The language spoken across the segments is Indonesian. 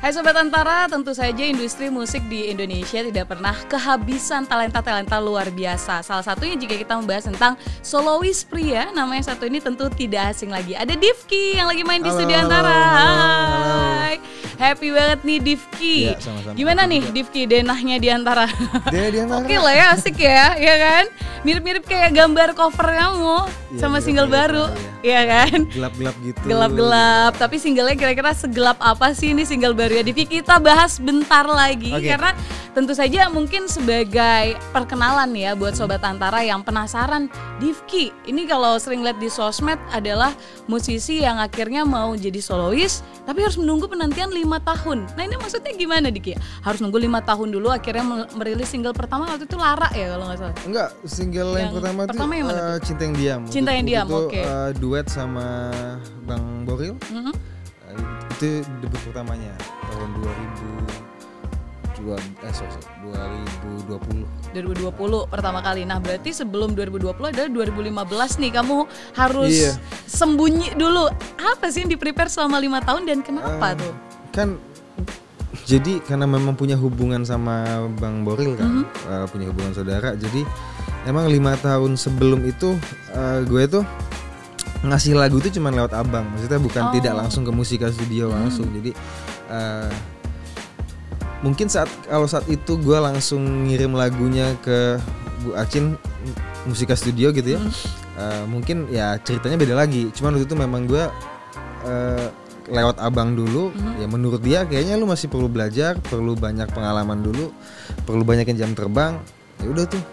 Hai Sobat Antara, tentu saja industri musik di Indonesia tidak pernah kehabisan talenta-talenta luar biasa. Salah satunya jika kita membahas tentang solois pria, namanya satu ini tentu tidak asing lagi. Ada Difky yang lagi main di Studio Antara. Hai, happy banget nih Difky. Ya, sama-sama. Gimana nih Difky denahnya di Antara? Di Antara. Oke lah ya, asik ya kan? Mirip-mirip kayak gambar cover kamu sama single baru, ya kan? Gelap-gelap gitu. Gelap-gelap, tapi singlenya kira-kira segelap apa sih ini single baru ya Difky? Kita bahas bentar lagi, karena tentu saja mungkin sebagai perkenalan ya buat Sobat Antara yang penasaran, Difky ini kalau sering lihat di sosmed adalah musisi yang akhirnya mau jadi solois tapi harus menunggu penantian 5 tahun. Nah ini maksudnya gimana Difky? Harus nunggu 5 tahun dulu akhirnya merilis single pertama waktu itu Lara ya kalau nggak salah? Enggak, single yang pertama tuh Cinta yang Diam. Cinta yang Diam, oke. Duet sama Bang Boril. Itu debut pertamanya tahun 2020 pertama kali. Nah berarti sebelum 2020 adalah 2015 nih kamu harus sembunyi dulu. Apa sih yang di-prepare selama 5 tahun dan kenapa tuh? Kan jadi karena memang punya hubungan sama Bang Boril kan, punya hubungan saudara. Jadi emang 5 tahun sebelum itu gue tuh ngasih lagu itu cuma lewat abang, maksudnya bukan tidak langsung ke Musika Studio langsung. Jadi mungkin saat itu gue langsung ngirim lagunya ke Bu Acin Musika Studio gitu ya, mungkin ya ceritanya beda lagi. Cuman waktu itu memang gue lewat abang dulu, ya menurut dia kayaknya lu masih perlu belajar, perlu banyak pengalaman dulu, perlu banyakin jam terbang. Ya udah tuh.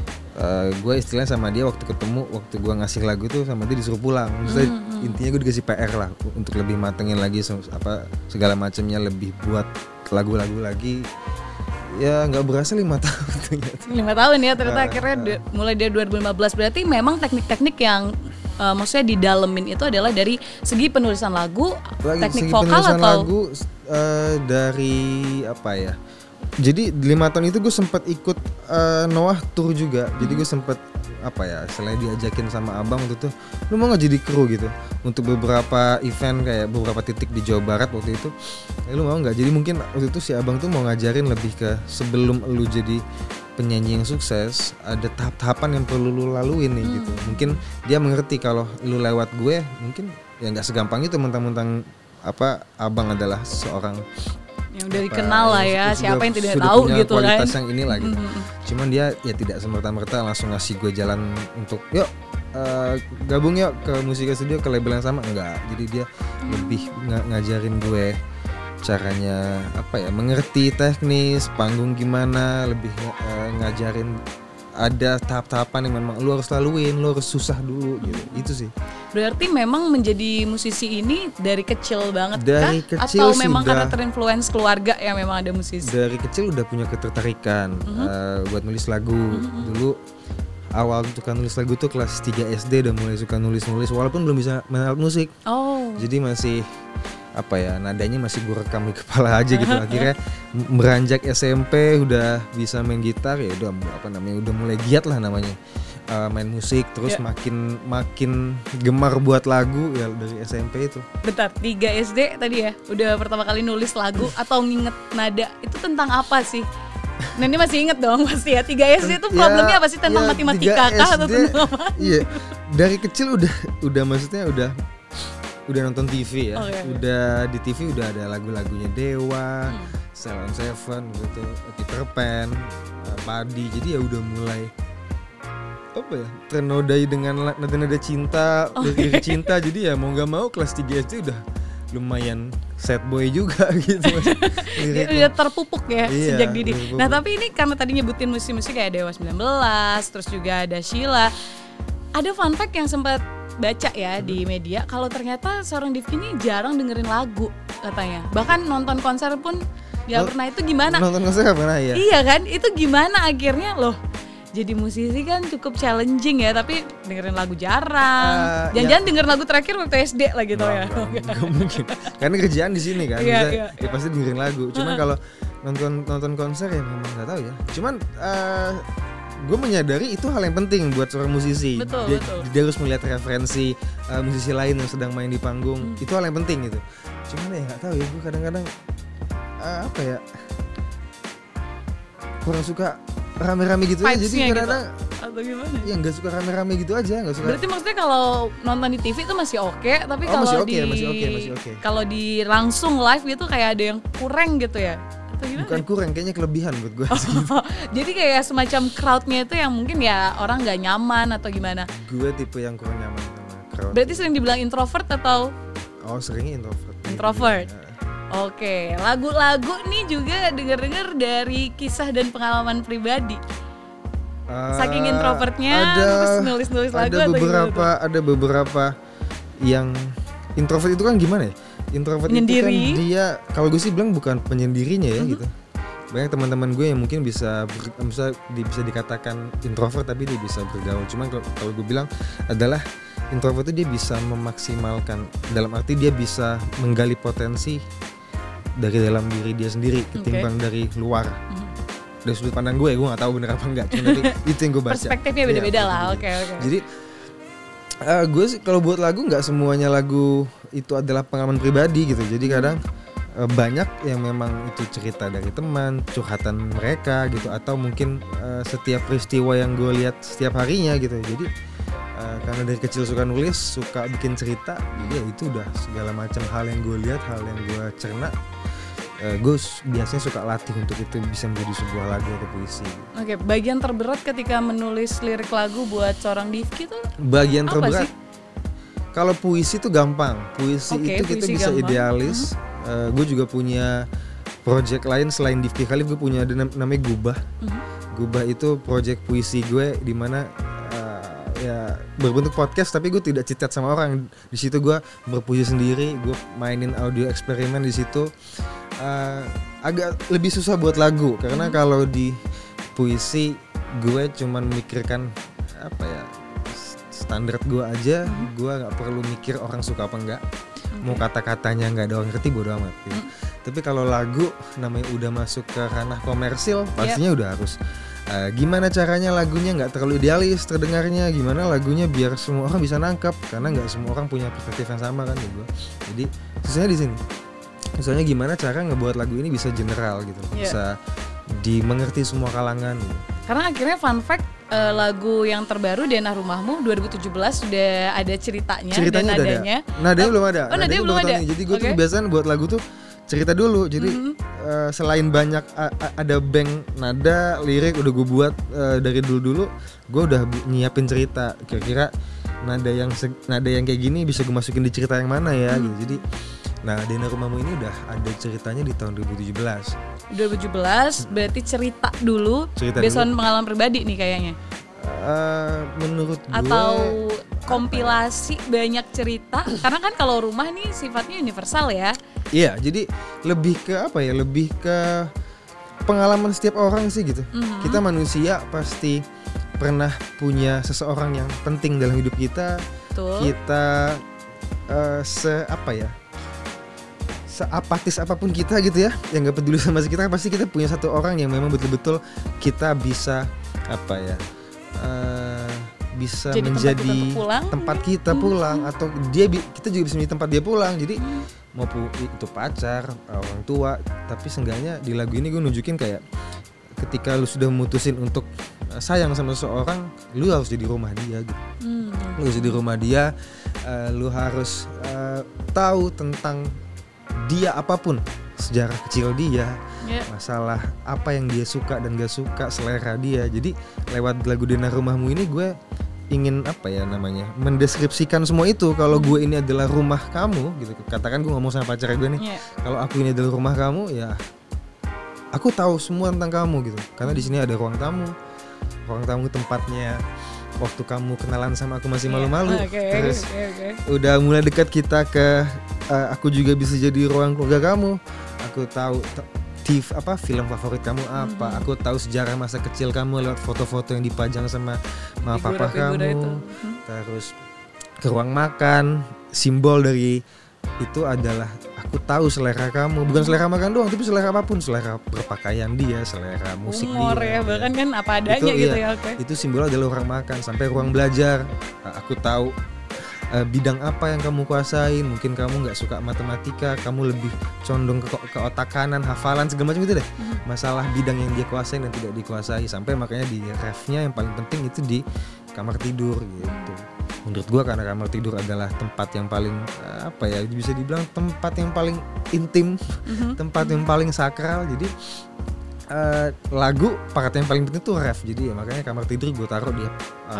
Gue istilahnya sama dia waktu ketemu, waktu gue ngasih lagu tuh sama dia disuruh pulang. Maksudnya intinya gue dikasih PR lah untuk lebih matengin lagi segala macamnya, lebih buat lagu-lagu lagi. Ya nggak berasa 5 tahun ternyata. 5 tahun ya ternyata akhirnya mulai dari 2015. Berarti memang teknik-teknik yang maksudnya didalemin itu adalah dari segi penulisan lagu, teknik vokal atau lagu, dari apa ya? Jadi 5 tahun itu gue sempat ikut Noah tour juga. Jadi gue sempat selain diajakin sama abang waktu itu, lu mau nggak jadi kru gitu untuk beberapa event kayak beberapa titik di Jawa Barat waktu itu. Lu mau nggak? Jadi mungkin waktu itu si abang tuh mau ngajarin lebih ke sebelum lu jadi penyanyi yang sukses ada tahap-tahapan yang perlu lu laluin nih gitu. Mungkin dia mengerti kalau lu lewat gue mungkin ya nggak segampang itu mentang-mentang abang adalah seorang yang udah dikenal lah ya, siapa yang tidak tahu gitu kan. Kualitas yang inilah gitu. Cuman dia ya tidak semerta-merta langsung ngasih gue jalan untuk yuk gabung yuk ke Musika Studio, ke label yang sama, enggak. Jadi dia lebih ngajarin gue caranya mengerti teknis panggung gimana, lebih ngajarin ada tahap-tahapan yang memang lu harus laluin, lu harus susah dulu gitu. Itu sih. Berarti memang menjadi musisi ini dari kecil banget dari kah? Kecil atau memang karena terinfluence keluarga yang memang ada musisi? Dari kecil udah punya ketertarikan buat nulis lagu. Dulu awal suka nulis lagu tuh kelas 3 SD udah mulai suka nulis-nulis walaupun belum bisa main alat musik. Jadi masih nadanya masih gue rekam di kepala aja gitu. Akhirnya beranjak SMP udah bisa main gitar, ya udah udah mulai giat lah namanya main musik, terus makin gemar buat lagu ya dari SMP itu. Bentar, 3 SD tadi ya udah pertama kali nulis lagu atau nginget nada, itu tentang apa sih? Nah ini masih inget dong pasti ya. 3 SD itu problemnya apa sih, tentang matematika kah atau tentang apa? Iya, dari kecil udah maksudnya udah nonton TV ya, udah di TV udah ada lagu-lagunya Dewa, Salon Seven gitu, Peter Pan, Padi. Jadi ya udah mulai ternodai dengan nada-nada cinta, lirik cinta. Jadi ya mau nggak mau kelas 3 SD udah lumayan sad boy juga gitu. Udah terpupuk ya sejak dini. Nah tapi ini karena tadi nyebutin musik-musik kayak Dewa 19, terus juga ada Sheila. Ada fun fact yang sempat baca ya di media, kalau ternyata seorang Difky ini jarang dengerin lagu katanya. Bahkan nonton konser pun gak pernah. Itu gimana? Nonton konser gak pernah ya? Iya kan? Itu gimana akhirnya loh? Jadi musisi kan cukup challenging ya, tapi dengerin lagu jarang. Jangan-jangan denger lagu terakhir waktu SD lah gitu ya? Gak mungkin. Karena kerjaan di sini kan, ya pasti dengerin lagu. Cuman kalau nonton konser ya memang nggak tahu ya. Cuman gue menyadari itu hal yang penting buat seorang musisi. Betul. Dia harus melihat referensi musisi lain yang sedang main di panggung. Itu hal yang penting gitu. Cuman ya nggak tahu ya, gue kadang-kadang apa ya, kurang suka rame-rame gitu aja. Jadi kadang-kadang atau gimana? Ya nggak suka rame-rame gitu aja, nggak suka. Berarti maksudnya kalau nonton di TV itu masih oke, tapi kalau masih oke. Kalau di langsung live gitu kayak ada yang kurang gitu ya? Atau gimana? Bukan kurang, kayaknya kelebihan buat gue. Jadi kayak semacam crowdnya itu yang mungkin ya orang nggak nyaman atau gimana? Gue tipe yang kurang nyaman sama crowd. Berarti sering dibilang introvert atau? Oh, seringnya introvert. Introvert. Oke, lagu-lagu nih juga denger-denger dari kisah dan pengalaman pribadi. Saking introvertnya terus nulis-nulis lagu atau gimana? Ada beberapa yang introvert itu kan gimana ya? Introvert penyendiri. Itu kan dia, kalau gue sih bilang bukan penyendirinya ya gitu. Banyak teman-teman gue yang mungkin bisa dikatakan introvert tapi dia bisa bergaul. Cuman kalau gue bilang adalah introvert itu dia bisa memaksimalkan, dalam arti dia bisa menggali potensi dari dalam diri dia sendiri ketimbang dari luar. Dari sudut pandang gue nggak tahu bener apa enggak, cuma itu yang gue baca. Perspektifnya beda-beda lah. Oke. Jadi gue sih kalau buat lagu nggak semuanya lagu itu adalah pengalaman pribadi gitu. Jadi kadang banyak yang memang itu cerita dari teman, curhatan mereka gitu, atau mungkin setiap peristiwa yang gue lihat setiap harinya gitu. Jadi karena dari kecil suka nulis, suka bikin cerita, jadi ya itu udah segala macam hal yang gue lihat, hal yang gue cerna. Gue biasanya suka latih untuk itu bisa menjadi sebuah lagu atau puisi. Oke, bagian terberat ketika menulis lirik lagu buat seorang Difky tuh? Bagian terberat? Kalau puisi tuh gampang. Puisi itu kita bisa gampang. Idealis. Gue juga punya project lain selain Difky Khalif, gue punya namanya Gubah. Gubah itu project puisi gue di mana ya berbentuk podcast tapi gue tidak citat sama orang. Di situ gue berpuisi sendiri, gue mainin audio eksperimen di situ. Agak lebih susah buat lagu karena kalau di puisi gue cuman memikirkan apa ya, standar gue aja. Gue nggak perlu mikir orang suka apa enggak, mau kata-katanya nggak ada orang ngerti, bodo amat gitu. Tapi kalau lagu namanya udah masuk ke ranah komersil, pastinya udah harus gimana caranya lagunya nggak terlalu idealis terdengarnya, gimana lagunya biar semua orang bisa nangkap, karena nggak semua orang punya perspektif yang sama kan ya gue. Jadi susahnya di sini. Misalnya gimana cara ngebuat lagu ini bisa general gitu, bisa dimengerti semua kalangan gitu. Karena akhirnya fun fact, lagu yang terbaru Denah Rumahmu 2017 sudah ada ceritanya dan nadanya. Nadanya belum ada. Oh, nadanya belum ada. Jadi gue tuh kebiasaan buat lagu tuh cerita dulu. Jadi selain banyak ada bank nada, lirik udah gue buat dari dulu. Gue udah nyiapin cerita. Kira-kira nada yang kayak gini bisa gue masukin di cerita yang mana ya gitu. Jadi Denah Rumahmu ini udah ada ceritanya di tahun 2017 berarti cerita dulu based on pengalaman pribadi nih kayaknya. Menurut gue atau kompilasi banyak cerita karena kan kalau rumah nih sifatnya universal ya. Iya, jadi lebih ke apa ya, lebih ke pengalaman setiap orang sih gitu. Kita manusia pasti pernah punya seseorang yang penting dalam hidup kita. Betul. Kita seapatis apapun kita gitu ya, yang gak peduli sama sekitar, pasti kita punya satu orang yang memang betul-betul kita bisa bisa jadi menjadi tempat kita pulang, atau kita juga bisa menjadi tempat dia pulang. Jadi maupun itu pacar, orang tua, tapi seenggaknya di lagu ini gue nunjukin kayak ketika lu sudah memutusin untuk sayang sama seseorang, lu harus jadi rumah dia gitu. Lu harus jadi rumah dia, lu harus tahu tentang dia apapun, sejarah kecil dia, masalah apa yang dia suka dan gak suka, selera dia. Jadi lewat lagu Denah Rumahmu ini gue ingin mendeskripsikan semua itu. Kalau gue ini adalah rumah kamu gitu, katakan gue ngomong sama pacar gue nih, kalau aku ini adalah rumah kamu, ya aku tahu semua tentang kamu gitu. Karena di sini ada ruang tamu tempatnya waktu kamu kenalan sama aku masih malu-malu, terus udah mulai dekat kita ke aku juga bisa jadi ruang keluarga kamu. Aku tahu film favorit kamu apa, aku tahu sejarah masa kecil kamu lewat foto-foto yang dipajang sama papa kamu. Terus ke ruang makan, simbol dari itu adalah aku tahu selera kamu, bukan selera makan doang, tapi selera apapun, selera berpakaian dia, selera musik humor dia, bahkan kan apa adanya itu, gitu ya. Itu simbol adalah ruang makan. Sampai ruang belajar, aku tahu bidang apa yang kamu kuasain. Mungkin kamu nggak suka matematika, kamu lebih condong ke otak kanan, hafalan segala macam gitu deh. Masalah bidang yang dia kuasain dan tidak dikuasai, sampai makanya di refnya yang paling penting itu di kamar tidur gitu. Menurut gua karena kamar tidur adalah tempat yang paling apa ya, bisa dibilang tempat yang paling intim, tempat yang paling sakral. Jadi lagu part yang paling penting tuh ref. Jadi ya makanya kamar tidur gue taruh di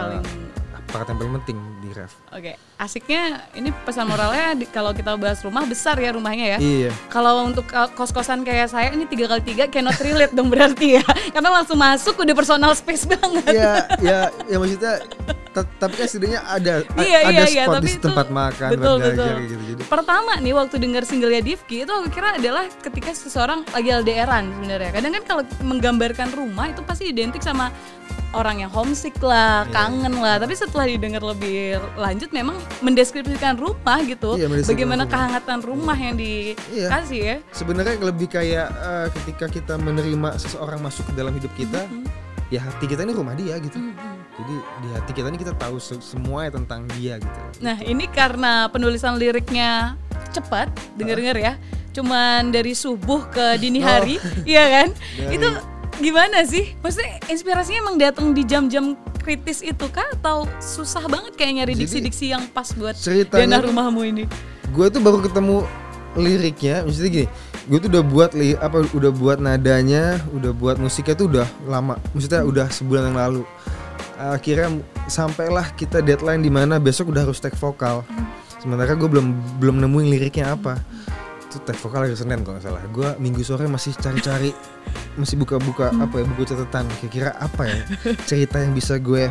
part yang paling penting di ref. Oke, asiknya ini pesan moralnya kalau kita bahas rumah besar ya rumahnya ya. Iya. Kalau untuk kos-kosan kayak saya ini 3x3 cannot relate dong berarti ya. Karena langsung masuk udah personal space banget. Ya maksudnya tapi kan setidaknya ada spot di tempat makan, betul. gitu. Jadi pertama nih waktu dengar singlenya Divky itu aku kira adalah ketika seseorang lagi LDRan sebenarnya. Kadang kan kalau menggambarkan rumah itu pasti identik sama orang yang homesick lah, kangen lah. Tapi setelah didengar lebih lanjut memang mendeskripsikan rumah gitu. Bagaimana kehangatan rumah yang dikasih ya. Sebenarnya lebih kayak ketika kita menerima seseorang masuk ke dalam hidup kita, ya hati kita ini rumah dia gitu. Jadi di hati kita ini kita tahu semua tentang dia gitu. Nah ini karena penulisan liriknya cepat, denger ya. Cuman dari subuh ke dini hari, iya kan? Itu gimana sih? Maksudnya inspirasinya emang datang di jam-jam kritis itu kah? Atau susah banget kayak nyari diksi-diksi yang pas buat Denah Rumahmu ini? Gue tuh baru ketemu liriknya, maksudnya gini, gue tuh udah buat nadanya, udah buat musiknya tuh udah lama, maksudnya udah sebulan yang lalu. Akhirnya sampailah kita deadline di mana besok udah harus take vokal. Sementara gue belum nemuin liriknya apa. Itu take vokal hari Senin kalau nggak salah. Gue Minggu sore masih cari-cari, masih buka-buka buku catatan. Kira-kira apa ya cerita yang bisa gue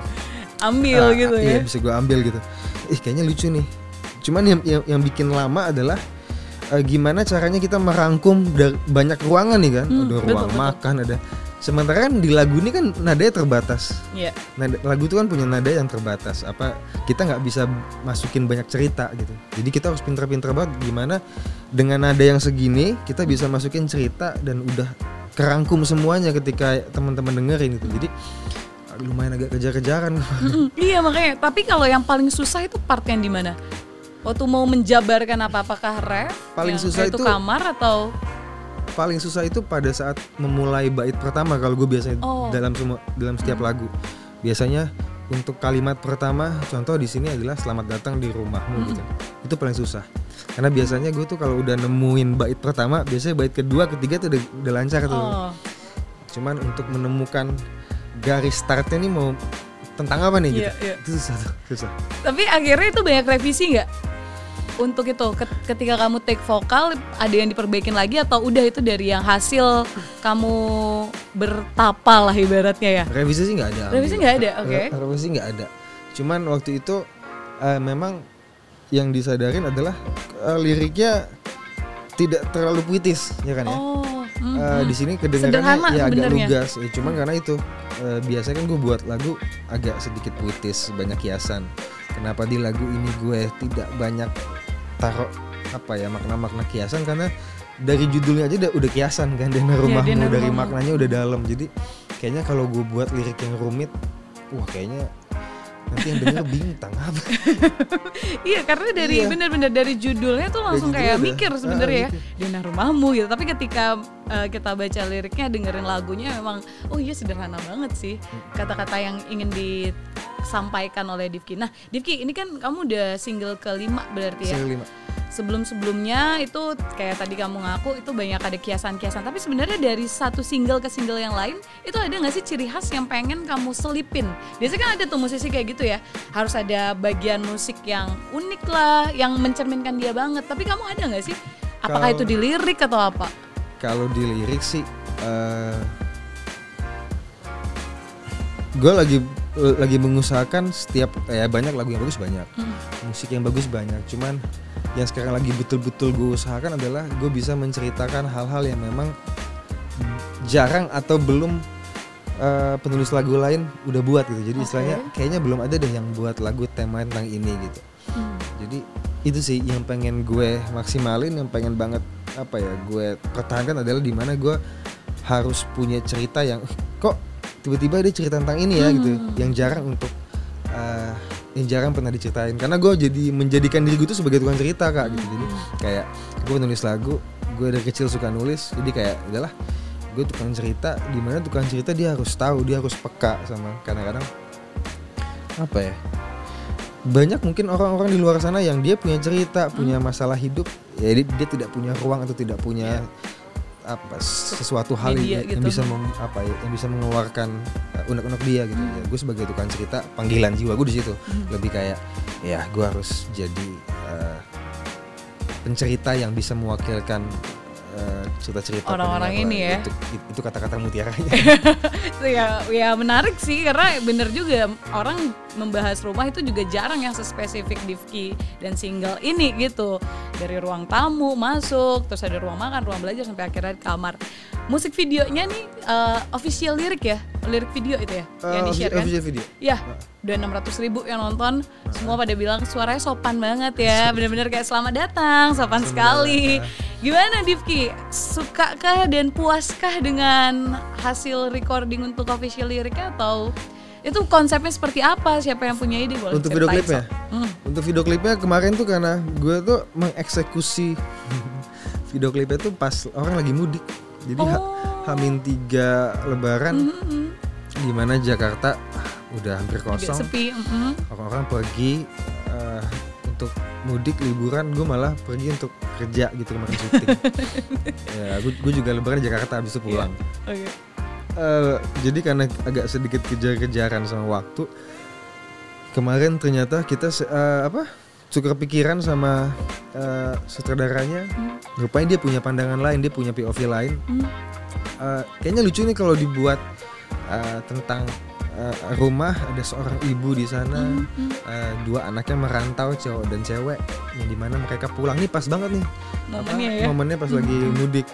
ambil gitu ya? Iya, bisa gue ambil gitu. Kayaknya lucu nih. Cuman yang bikin lama adalah gimana caranya kita merangkum banyak ruangan nih kan. Ada ruang makan, ada. Sementara kan di lagu ini kan nadanya terbatas. Yeah. Lagu itu kan punya nada yang terbatas. Kita nggak bisa masukin banyak cerita gitu. Jadi kita harus pinter-pinter banget gimana dengan nada yang segini kita bisa masukin cerita dan udah kerangkum semuanya ketika teman-teman dengerin gitu. Jadi lumayan agak kejar-kejaran. Iya makanya. Tapi kalau yang paling susah itu part yang di mana? Waktu mau menjabarkan apakah ref? Paling susah itu kamar atau? Paling susah itu pada saat memulai bait pertama kalau gue biasanya dalam setiap lagu. Biasanya untuk kalimat pertama, contoh di sini adalah selamat datang di rumahmu gitu. Itu paling susah. Karena biasanya gue tuh kalau udah nemuin bait pertama, biasanya bait kedua, ketiga tuh udah lancar tuh. Cuman untuk menemukan garis startnya nih mau tentang apa nih gitu. Itu susah. Tapi akhirnya itu banyak revisi nggak? Untuk itu ketika kamu take vokal ada yang diperbaikin lagi atau udah itu dari yang hasil kamu bertapa lah ibaratnya ya? Revisi sih nggak ada. Oke. Revisi nggak ada. Cuman waktu itu memang yang disadarin adalah liriknya tidak terlalu puitis ya kan ya. Di sini kedengarannya ya agak lugas. Cuman karena itu biasanya kan gue buat lagu agak sedikit puitis, banyak hiasan. Kenapa di lagu ini gue tidak banyak taruh makna-makna kiasan, karena dari judulnya aja udah kiasan kan, Denah Rumahmu, dari maknanya udah dalam. Jadi kayaknya kalau gue buat lirik yang rumit, wah kayaknya nanti yang denger bintang apa. Iya karena dari benar-benar dari judulnya tuh langsung kayak mikir sebenarnya ya Denah Rumahmu gitu. Tapi ketika kita baca liriknya, dengerin lagunya memang sederhana banget sih kata-kata yang ingin disampaikan oleh Divky. Nah Divky ini kan kamu udah single ke-5 berarti ya. Single 5. Sebelum-sebelumnya itu kayak tadi kamu ngaku itu banyak ada kiasan-kiasan. Tapi sebenarnya dari satu single ke single yang lain itu ada nggak sih ciri khas yang pengen kamu selipin? Biasanya kan ada tuh musisi kayak gitu ya, harus ada bagian musik yang unik lah, yang mencerminkan dia banget. Tapi kamu ada nggak sih? Apakah itu di lirik atau apa? Kalau di lirik sih, gue lagi mengusahakan setiap banyak lagu yang bagus banyak, musik yang bagus banyak. Cuman yang sekarang lagi betul-betul gue usahakan adalah gue bisa menceritakan hal-hal yang memang jarang atau belum penulis lagu lain udah buat gitu. Jadi istilahnya kayaknya belum ada deh yang buat lagu tema tentang ini gitu. Jadi itu sih yang pengen gue maksimalin, yang pengen banget gue pertahankan adalah di mana gue harus punya cerita yang kok tiba-tiba ada cerita tentang ini ya gitu, yang jarang untuk yang jarang pernah diceritain. Karena gue jadi menjadikan diri gue tuh sebagai tukang cerita Kak gitu. Jadi kayak gue nulis lagu, gue dari kecil suka nulis, jadi kayak udahlah gue tukang cerita, dimana tukang cerita dia harus tahu, dia harus peka sama kadang-kadang apa ya, banyak mungkin orang-orang di luar sana yang dia punya cerita, punya masalah hidup, ya dia tidak punya ruang atau tidak punya sesuatu hal yang gitu. Yang bisa mengeluarkan unek-unek dia gitu. Ya, gue sebagai tukang cerita, panggilan jiwa gue di situ lebih kayak ya gue harus jadi pencerita yang bisa mewakilkan cerita-cerita orang-orang ini ya. Itu kata-kata mutiaranya. ya menarik sih, karena bener juga orang membahas rumah itu juga jarang yang sespesifik Difky dan single ini gitu. Dari ruang tamu masuk, terus ada ruang makan, ruang belajar, sampai akhirnya di kamar. Musik videonya nih official lirik ya, lirik video itu ya yang di-share kan? Official video. Ya, udah 600.000 yang nonton. Semua pada bilang suaranya sopan banget ya, bener-bener kayak selamat datang, sopan sekali. Gimana Difky, sukakah dan puaskah dengan hasil recording untuk official liriknya, atau itu konsepnya seperti apa? Siapa yang punya ide? Boleh untuk video klipnya? Untuk video klipnya kemarin tuh karena gue tuh mengeksekusi video klipnya tuh pas orang lagi mudik. Jadi H-3 Lebaran, di mana Jakarta udah hampir kosong, sepi. Orang-orang pergi untuk mudik liburan, gue malah pergi untuk kerja gitu kemarin syuting. Ya, gue juga Lebaran di Jakarta, habis itu pulang. Okay. Jadi karena agak sedikit kejar-kejaran sama waktu, kemarin ternyata kita suka kepikiran sama sutradaranya. Rupanya dia punya pandangan lain, dia punya POV lain. Kayaknya lucu nih kalau dibuat tentang rumah, ada seorang ibu di sana, dua anaknya merantau, cowok dan cewek, yang dimana mereka pulang nih pas banget nih momennya pas lagi mudik.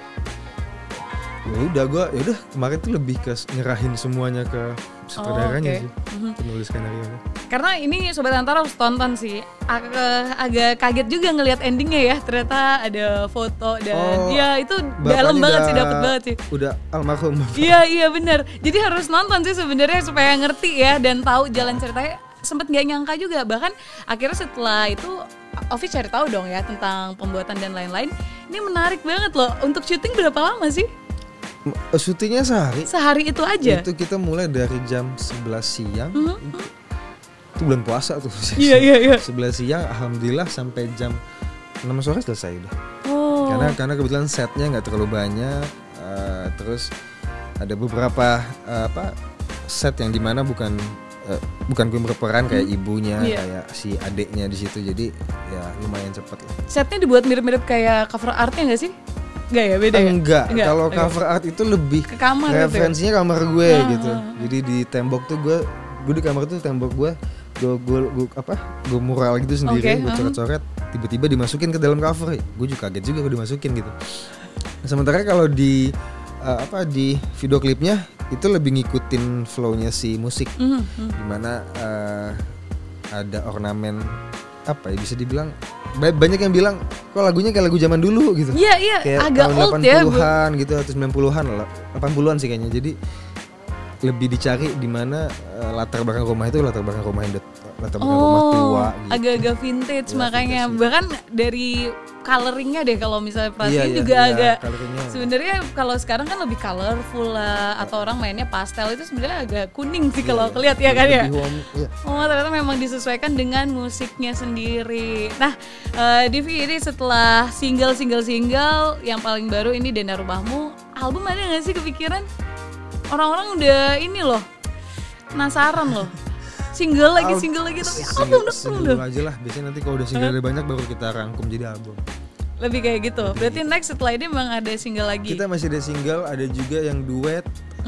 Udah kemarin tuh lebih ke nyerahin semuanya ke sutradaranya sih, penulis skenario. Karena ini Sobat Antara harus tonton sih. Agak kaget juga ngelihat endingnya ya. Ternyata ada foto dan ya itu dalam banget sih, dapet banget sih. Udah almarhum. Iya benar. Jadi harus nonton sih sebenarnya supaya ngerti ya dan tahu jalan ceritanya. Sempet nggak nyangka juga, bahkan akhirnya setelah itu Ovi cari tahu dong ya tentang pembuatan dan lain-lain. Ini menarik banget loh. Untuk syuting berapa lama sih? Syutingnya sehari itu aja? Itu kita mulai dari jam 11 siang. Itu bulan puasa tuh. Iya. 11 siang, alhamdulillah sampai jam 6 sore selesai udah. Karena kebetulan setnya nggak terlalu banyak. Terus ada beberapa set yang dimana bukan gue berperan, kayak ibunya, kayak si adeknya di situ. Jadi ya lumayan cepat lah. Setnya dibuat mirip-mirip kayak cover artnya nggak sih? Enggak ya, beda ya? Enggak. Kalau cover art itu lebih ke kamar, referensinya gitu ya? Kamar gue gitu. Jadi di tembok tuh gue di kamar tuh tembok gue mural gitu sendiri, gue coret-coret, tiba-tiba dimasukin ke dalam cover. Gue juga kaget juga gue dimasukin gitu. Nah, sementara kalau di video klipnya itu lebih ngikutin flow-nya si musik, dimana ada ornamen bisa dibilan, banyak yang bilang kok lagunya kayak lagu zaman dulu gitu. Iya, kayak agak tahun old 80-an gitu atau 90-an lah. 80-an sih kayaknya. Jadi lebih dicari di mana latar belakang rumah itu latar belakang rumah rumah tua gitu. Agak-agak vintage ya, makanya vintage, bahkan dari coloringnya deh kalau misalnya perhatiin juga agak sebenarnya kalau sekarang kan lebih colorful lah, atau orang mainnya pastel, itu sebenarnya agak kuning sih kalau kelihat ya kan ya. Ternyata memang disesuaikan dengan musiknya sendiri. Nah, Divi, ini setelah single yang paling baru ini Denah Rumahmu, album ada nggak sih kepikiran? Orang-orang udah ini loh, penasaran loh. Single lagi tapi album dong. Single aja lah, biasanya nanti kalau udah single ada banyak baru kita rangkum jadi album. Lebih kayak gitu. Berarti next setelah ini memang ada single lagi. Kita masih ada single, ada juga yang duet.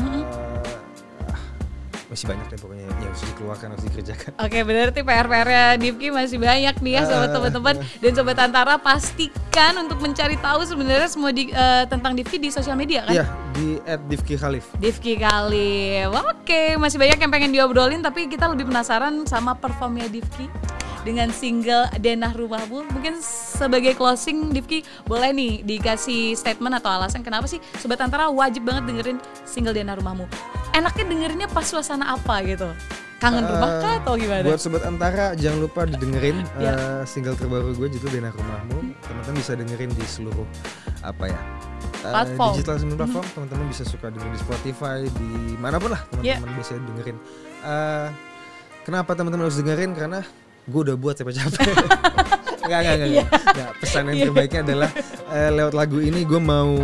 Masih banyak deh pokoknya yang harus dikeluarkan, harus dikerjakan. Oke, berarti PR-nya Difky masih banyak nih ya sobat teman-teman dan sobat Antara. Pastikan untuk mencari tahu sebenarnya semua tentang Difky di sosial media kan? Iya, di @DifkyKhalif. Difky Khalif. Oke, masih banyak yang pengen diobrolin, tapi kita lebih penasaran sama performnya Difky dengan single Denah Rumahmu. Mungkin sebagai closing, Difky boleh nih dikasih statement atau alasan kenapa sih sobat Antara wajib banget dengerin single Denah Rumahmu. Enaknya dengerinnya pas suasana apa gitu? kangen rumah kah atau gimana? Buat Sobat Antara jangan lupa didengerin single terbaru gue judul Denah Rumahmu. Teman-teman bisa dengerin di seluruh platform. Digital streaming platform. Teman-teman bisa suka dengerin di Spotify, di manapun lah teman-teman bisa dengerin. Kenapa teman-teman harus dengerin? Karena gue udah buat capek-capek. Enggak. Pesan yang terbaiknya adalah lewat lagu ini gue mau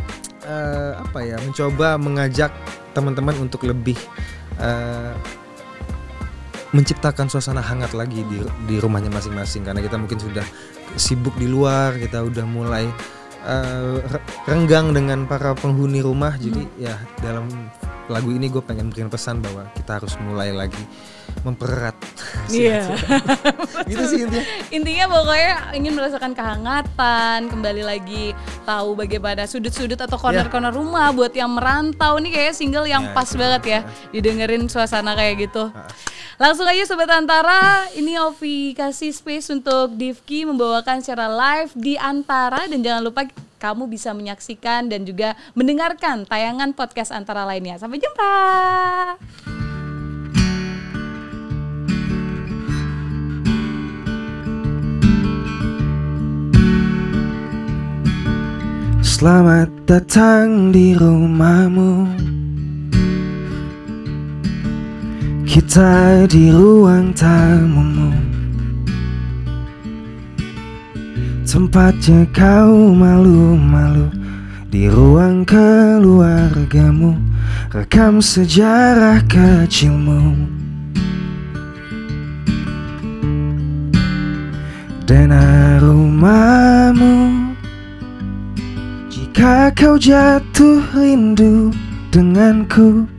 mencoba mengajak teman-teman untuk lebih menciptakan suasana hangat lagi di rumahnya masing-masing, karena kita mungkin sudah sibuk di luar, kita udah mulai renggang dengan para penghuni rumah. Jadi ya dalam lagu ini gue pengen berikan pesan bahwa kita harus mulai lagi mempererat. Gitu sih intinya pokoknya ingin merasakan kehangatan, kembali lagi tahu bagaimana sudut-sudut atau corner-corner rumah buat yang merantau. Nih kayak single yang pas banget ya didengerin suasana kayak gitu. Langsung aja Sobat Antara, ini Ovi kasih space untuk Divki membawakan secara live di Antara, dan jangan lupa kamu bisa menyaksikan dan juga mendengarkan tayangan podcast Antara lainnya. Sampai jumpa. Selamat datang di rumahmu. Kita di ruang tamumu, tempatnya kau malu-malu. Di ruang keluargamu, rekam sejarah kecilmu. Denah rumahmu, jika kau jatuh rindu denganku.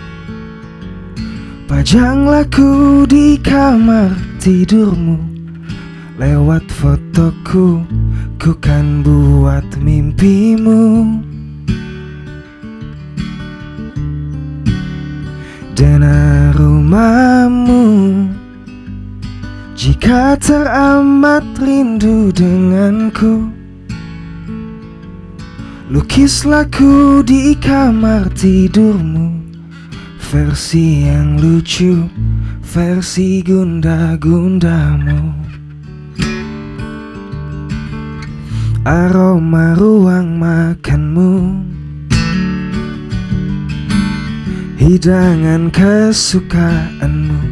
Pajanglah ku di kamar tidurmu. Lewat fotoku, ku kan buat mimpimu. Denah rumahmu, jika teramat rindu denganku. Lukislah ku di kamar tidurmu. Versi yang lucu, versi gundah-gundahmu. Aroma ruang makanmu, hidangan kesukaanmu.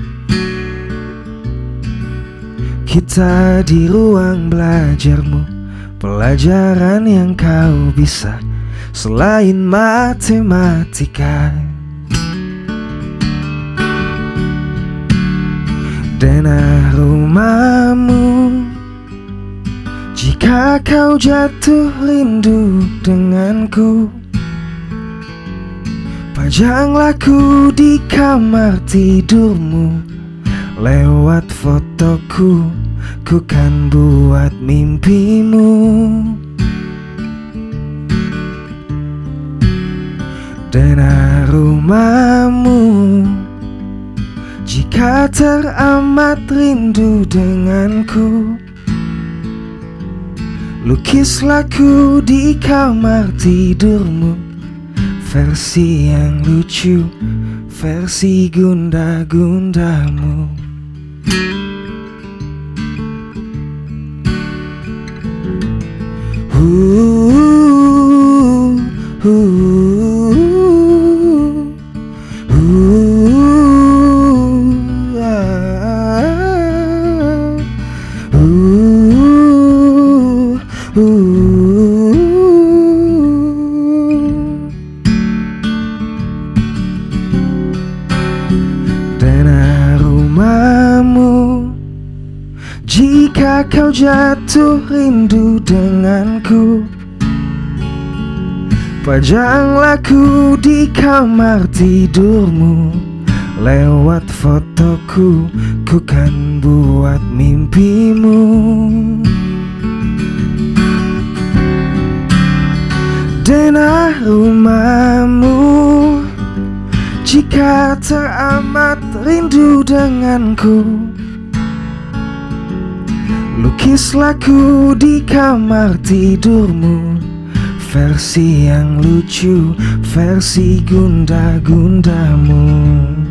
Kita di ruang belajarmu, pelajaran yang kau bisa selain matematika. Denah rumahmu, jika kau jatuh rindu denganku. Pajanglah ku di kamar tidurmu. Lewat fotoku, ku kan buat mimpimu. Denah rumahmu, jika teramat rindu denganku. Lukislah ku di kamar tidurmu. Versi yang lucu, versi gundah-gundahmu. Denah rumahmu, jika kau jatuh rindu denganku. Pajanglah ku di kamar tidurmu. Lewat fotoku, ku kan buat mimpimu. Denah rumahmu, jika teramat rindu denganku. Lukislah ku di kamar tidurmu. Versi yang lucu, versi gundah-gundahmu.